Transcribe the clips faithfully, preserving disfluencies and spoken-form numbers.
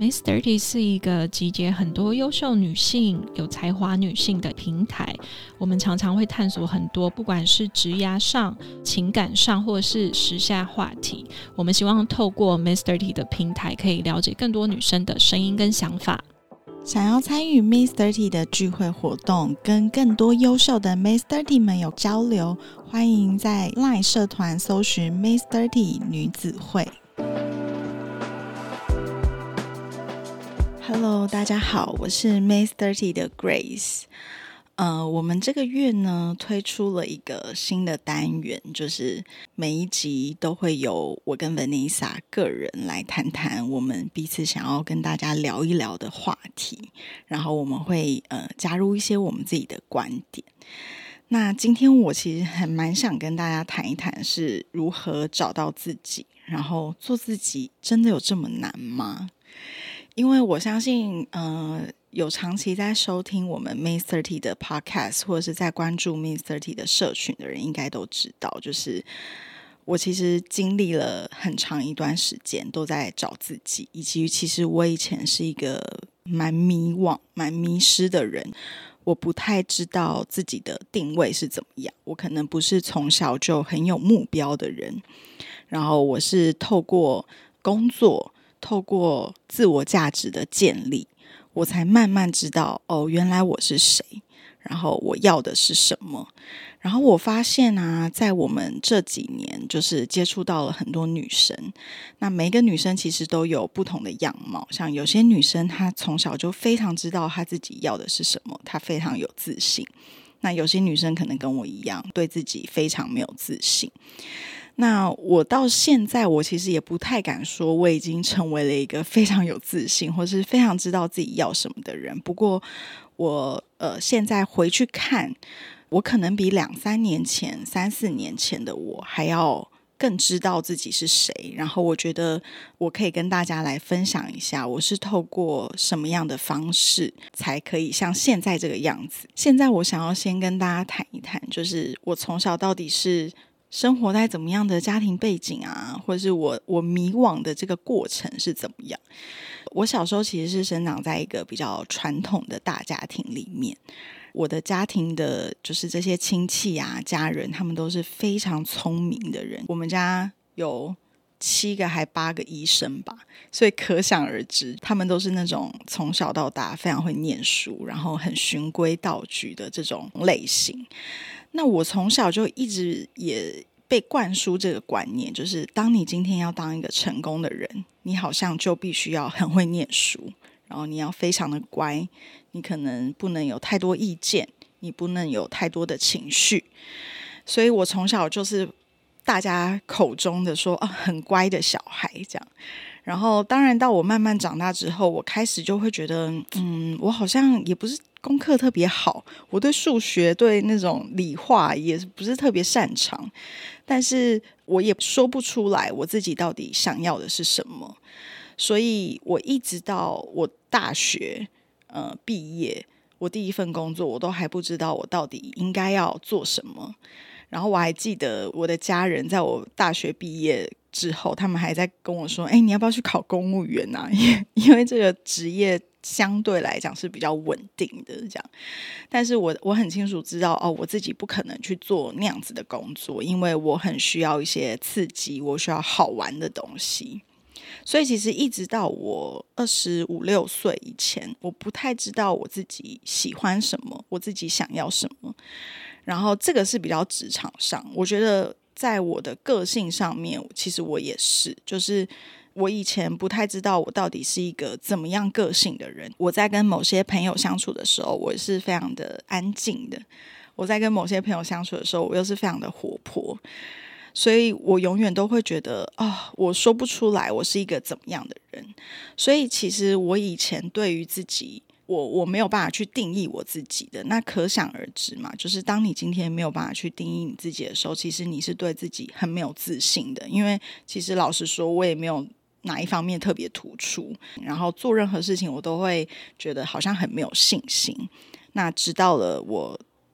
Miss Dirty 是一个集结很多优秀女性、有才华女性的平台。我们常常会探索很多，不管是职涯上、情感上，或是时下话题。我们希望透过 Miss Dirty 的平台，可以了解更多女生的声音跟想法。 想要参与 Miss Dirty 的聚会活动，跟更多优秀的 Miss Dirty 们有交流，欢迎在 LINE 社团搜寻 Miss Dirty 女子会。Hello， 大家好，我是 Miss Dirty 的 Grace。呃，我们这个月呢推出了一个新的单元，就是每一集都会由我跟 Vanessa 个人来谈谈我们彼此想要跟大家聊一聊的话题，然后我们会呃加入一些我们自己的观点。那今天我其实很蛮想跟大家谈一谈是如何找到自己，然后做自己真的有这么难吗？因为我相信呃，有长期在收听我们 Miss Dirty 的 podcast 或者是在关注 Miss Dirty 的社群的人应该都知道，就是我其实经历了很长一段时间都在找自己，以及其实我以前是一个蛮迷惘蛮迷失的人，我不太知道自己的定位是怎么样，我可能不是从小就很有目标的人，然后我是透过工作透过自我价值的建立，我才慢慢知道哦，原来我是谁，然后我要的是什么。然后我发现啊，在我们这几年就是接触到了很多女生，那每一个女生其实都有不同的样貌，像有些女生她从小就非常知道她自己要的是什么，她非常有自信。那有些女生可能跟我一样，对自己非常没有自信。那我到现在我其实也不太敢说我已经成为了一个非常有自信或是非常知道自己要什么的人，不过我呃现在回去看，我可能比两三年前三四年前的我还要更知道自己是谁，然后我觉得我可以跟大家来分享一下我是透过什么样的方式才可以像现在这个样子。现在我想要先跟大家谈一谈，就是我从小到底是生活在怎么样的家庭背景啊，或者是我我迷惘的这个过程是怎么样。我小时候其实是生长在一个比较传统的大家庭里面，我的家庭的就是这些亲戚啊家人，他们都是非常聪明的人，我们家有七个还八个医生吧，所以可想而知他们都是那种从小到大非常会念书，然后很循规蹈矩的这种类型。那我从小就一直也被灌输这个观念，就是当你今天要当一个成功的人，你好像就必须要很会念书，然后你要非常的乖，你可能不能有太多意见，你不能有太多的情绪。所以我从小就是大家口中的说、啊、很乖的小孩这样。然后当然到我慢慢长大之后，我开始就会觉得嗯，我好像也不是功课特别好，我对数学对那种理化也不是特别擅长，但是我也说不出来我自己到底想要的是什么。所以我一直到我大学呃毕业，我第一份工作我都还不知道我到底应该要做什么。然后我还记得我的家人在我大学毕业之后，他们还在跟我说，哎，你要不要去考公务员啊？因为这个职业相对来讲是比较稳定的这样。但是我我很清楚知道哦，我自己不可能去做那样子的工作，因为我很需要一些刺激，我需要好玩的东西。所以其实一直到我二十五六岁以前，我不太知道我自己喜欢什么，我自己想要什么。然后这个是比较职场上，我觉得在我的个性上面，其实我也是，就是我以前不太知道我到底是一个怎么样个性的人。我在跟某些朋友相处的时候，我是非常的安静的；我在跟某些朋友相处的时候，我又是非常的活泼。所以我永远都会觉得哦，我说不出来我是一个怎么样的人。所以其实我以前对于自己我我没有办法去定义我自己的，那可想而知嘛，就是当你今天没有办法去定义你自己的时候，其实你是对自己很没有自信的。因为其实老实说，我也没有哪一方面特别突出，然后做任何事情我都会觉得好像很没有信心。那直到了我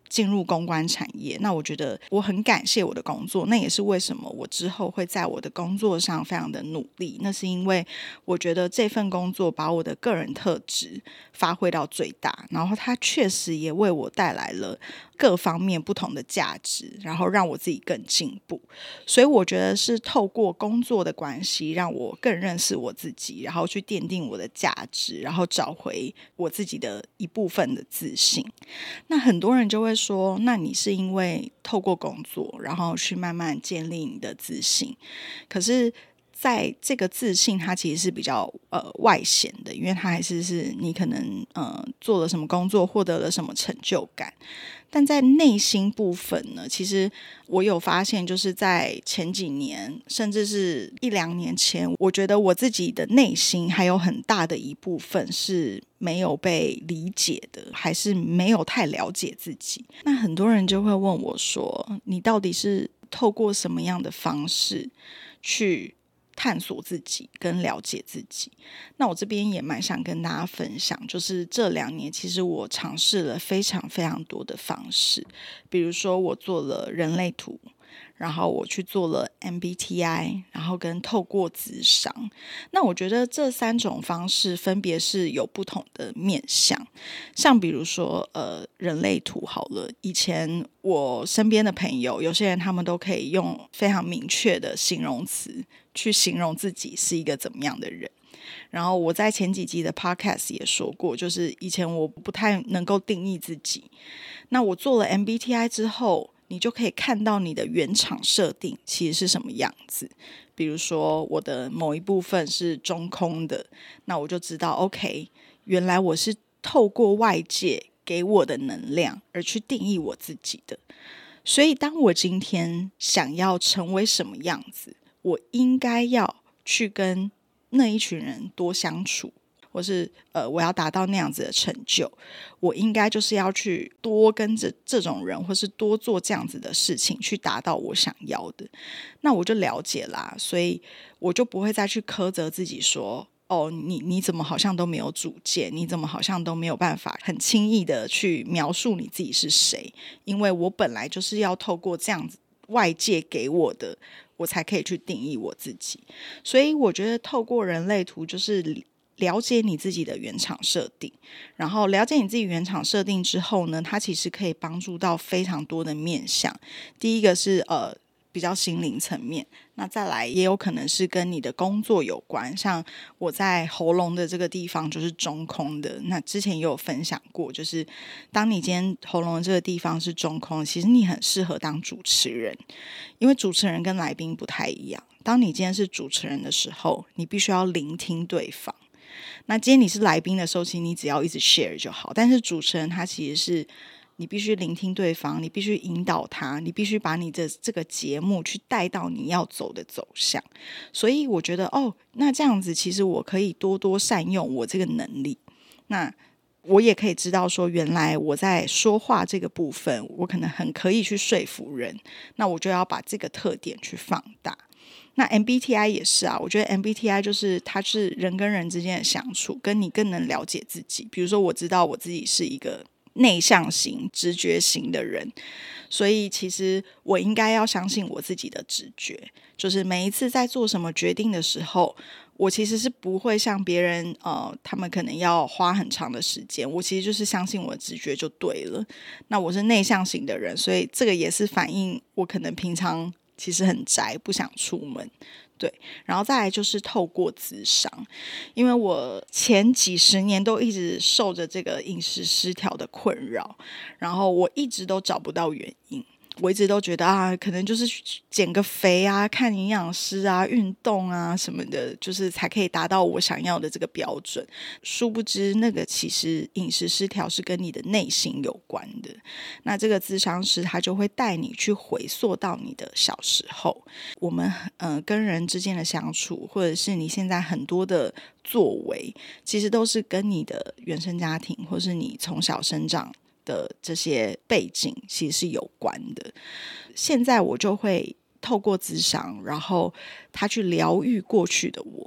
进入公关产业。那我觉得我很感谢我的工作，那也是为什么我之后会在我的工作上非常的努力，那是因为我觉得这份工作把我的个人特质发挥到最大，然后它确实也为我带来了各方面不同的价值，然后让我自己更进步。所以我觉得是透过工作的关系让我更认识我自己，然后去奠定我的价值，然后找回我自己的一部分的自信。那很多人就会说，那你是因为透过工作然后去慢慢建立你的自信，可是在这个自信它其实是比较呃外显的，因为它还是是你可能呃做了什么工作获得了什么成就感。但在内心部分呢，其实我有发现，就是在前几年甚至是一两年前，我觉得我自己的内心还有很大的一部分是没有被理解的，还是没有太了解自己。那很多人就会问我说，你到底是透过什么样的方式去探索自己跟了解自己？那我这边也蛮想跟大家分享，就是这两年其实我尝试了非常非常多的方式，比如说我做了人类图，然后我去做了 M B T I， 然后跟透过咨商。那我觉得这三种方式分别是有不同的面向。像比如说呃人类图好了，以前我身边的朋友有些人他们都可以用非常明确的形容词去形容自己是一个怎么样的人。然后我在前几集的 podcast 也说过，就是以前我不太能够定义自己，那我做了 M B T I 之后，你就可以看到你的原厂设定其实是什么样子。比如说我的某一部分是中空的，那我就知道 OK， 原来我是透过外界给我的能量而去定义我自己的。所以当我今天想要成为什么样子，我应该要去跟那一群人多相处，或是呃，我要达到那样子的成就，我应该就是要去多跟着这种人，或是多做这样子的事情，去达到我想要的。那我就了解啦，所以我就不会再去苛责自己说，哦，你你怎么好像都没有主见，你怎么好像都没有办法很轻易的去描述你自己是谁，因为我本来就是要透过这样子外界给我的，我才可以去定义我自己。所以我觉得透过人类图就是了解你自己的原厂设定，然后了解你自己原厂设定之后呢，它其实可以帮助到非常多的面向。第一个是呃比较心灵层面，那再来也有可能是跟你的工作有关，像我在喉咙的这个地方就是中空的，那之前也有分享过，就是当你今天喉咙的这个地方是中空，其实你很适合当主持人，因为主持人跟来宾不太一样，当你今天是主持人的时候，你必须要聆听对方。那今天你是来宾的时候，其实你只要一直 share 就好，但是主持人他其实是你必须聆听对方，你必须引导他，你必须把你的这个节目去带到你要走的走向。所以我觉得哦，那这样子其实我可以多多善用我这个能力，那我也可以知道说原来我在说话这个部分我可能很可以去说服人，那我就要把这个特点去放大。那 M B T I 也是啊，我觉得 M B T I 就是它是人跟人之间的相处，跟你更能了解自己。比如说我知道我自己是一个内向型直觉型的人，所以其实我应该要相信我自己的直觉，就是每一次在做什么决定的时候，我其实是不会像别人呃，他们可能要花很长的时间，我其实就是相信我的直觉就对了。那我是内向型的人，所以这个也是反映我可能平常其实很宅，不想出门。对，然后再来就是透过咨商，因为我前几十年都一直受着这个饮食失调的困扰，然后我一直都找不到原因。我一直都觉得啊，可能就是减个肥啊，看营养师啊，运动啊什么的，就是才可以达到我想要的这个标准。殊不知那个其实饮食失调是跟你的内心有关的。那这个咨商师他就会带你去回溯到你的小时候，我们呃跟人之间的相处，或者是你现在很多的作为，其实都是跟你的原生家庭或是你从小生长的这些背景其实是有关的。现在我就会透过咨商，然后他去疗愈过去的我，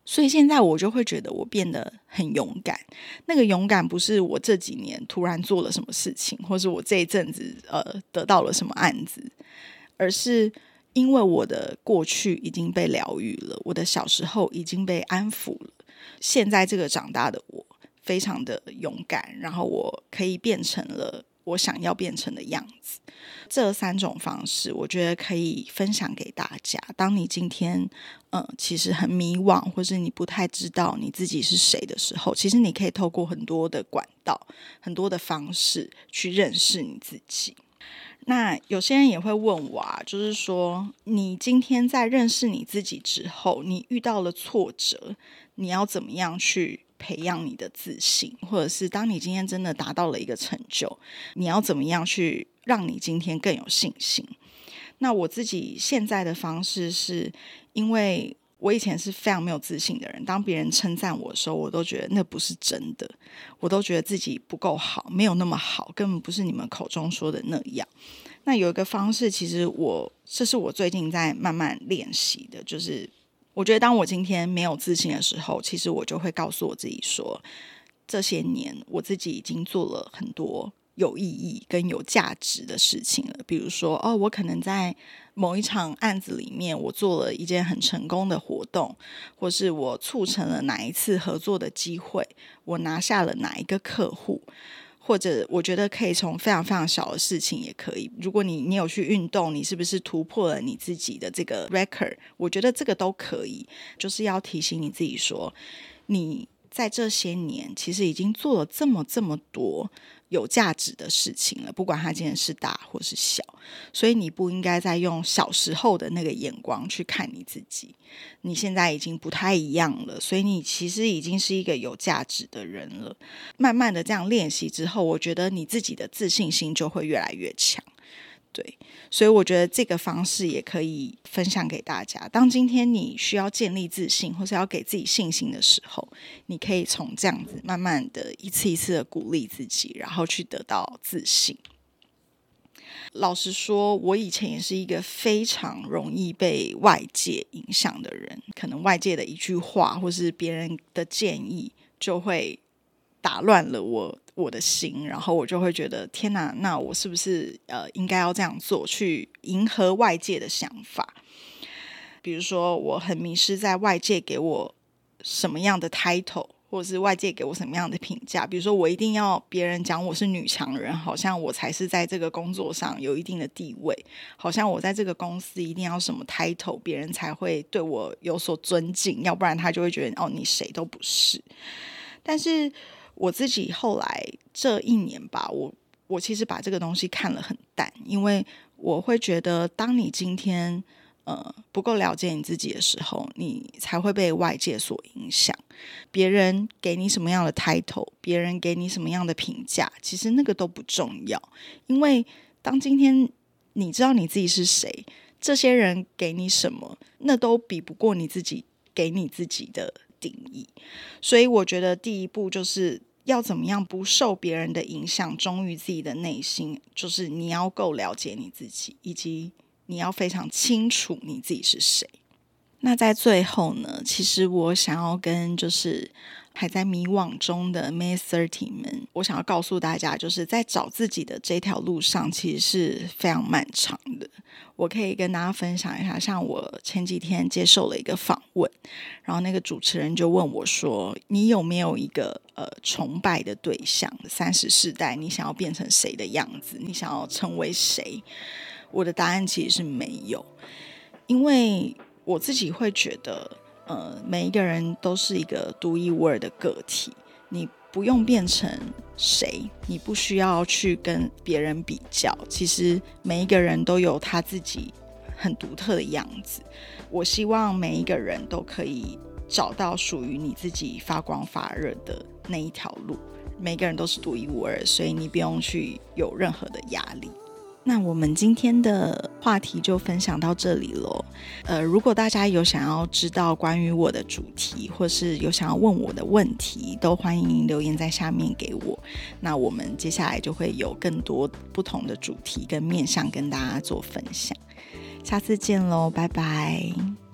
所以现在我就会觉得我变得很勇敢。那个勇敢不是我这几年突然做了什么事情，或是我这一阵子呃得到了什么案子，而是因为我的过去已经被疗愈了，我的小时候已经被安抚了。现在这个长大的我非常的勇敢，然后我可以变成了我想要变成的样子。这三种方式我觉得可以分享给大家。当你今天呃，其实很迷惘，或是你不太知道你自己是谁的时候，其实你可以透过很多的管道，很多的方式去认识你自己。那有些人也会问我啊，就是说你今天在认识你自己之后，你遇到了挫折，你要怎么样去培养你的自信，或者是当你今天真的达到了一个成就，你要怎么样去让你今天更有信心。那我自己现在的方式是，因为我以前是非常没有自信的人，当别人称赞我的时候，我都觉得那不是真的，我都觉得自己不够好，没有那么好，根本不是你们口中说的那样。那有一个方式，其实我这是我最近在慢慢练习的，就是我觉得当我今天没有自信的时候，其实我就会告诉我自己说，这些年我自己已经做了很多有意义跟有价值的事情了。比如说哦，我可能在某一场案子里面我做了一件很成功的活动，或是我促成了哪一次合作的机会，我拿下了哪一个客户，或者我觉得可以从非常非常小的事情也可以，如果你你有去运动，你是不是突破了你自己的这个 record， 我觉得这个都可以。就是要提醒你自己说，你在这些年其实已经做了这么这么多有价值的事情了，不管它今天是大或是小，所以你不应该再用小时候的那个眼光去看你自己。你现在已经不太一样了，所以你其实已经是一个有价值的人了。慢慢的这样练习之后，我觉得你自己的自信心就会越来越强。对，所以我觉得这个方式也可以分享给大家。当今天你需要建立自信，或是要给自己信心的时候，你可以从这样子慢慢的一次一次的鼓励自己，然后去得到自信。老实说，我以前也是一个非常容易被外界影响的人，可能外界的一句话或是别人的建议就会打乱了我我的心，然后我就会觉得天哪，那我是不是呃应该要这样做，去迎合外界的想法。比如说我很迷失在外界给我什么样的 title， 或者是外界给我什么样的评价。比如说我一定要别人讲我是女强人，好像我才是在这个工作上有一定的地位，好像我在这个公司一定要什么 title， 别人才会对我有所尊敬，要不然他就会觉得哦你谁都不是。但是我自己后来这一年吧，我我其实把这个东西看了很淡，因为我会觉得当你今天呃不够了解你自己的时候，你才会被外界所影响。别人给你什么样的 title， 别人给你什么样的评价，其实那个都不重要。因为当今天你知道你自己是谁，这些人给你什么，那都比不过你自己给你自己的定义。所以我觉得第一步就是要怎么样不受别人的影响，忠于自己的内心，就是你要够了解你自己，以及你要非常清楚你自己是谁。那在最后呢，其实我想要跟就是还在迷惘中的 May thirty 们，我想要告诉大家，就是在找自己的这条路上其实是非常漫长的。我可以跟大家分享一下，像我前几天接受了一个访问，然后那个主持人就问我说，你有没有一个呃崇拜的对象，三十世代你想要变成谁的样子，你想要成为谁？我的答案其实是没有，因为我自己会觉得呃，每一个人都是一个独一无二的个体，你不用变成谁，你不需要去跟别人比较，其实每一个人都有他自己很独特的样子。我希望每一个人都可以找到属于你自己发光发热的那一条路，每个人都是独一无二，所以你不用去有任何的压力。那我们今天的话题就分享到这里咯。呃，如果大家有想要知道关于我的主题，或是有想要问我的问题，都欢迎留言在下面给我。那我们接下来就会有更多不同的主题跟面向跟大家做分享。下次见咯，拜拜。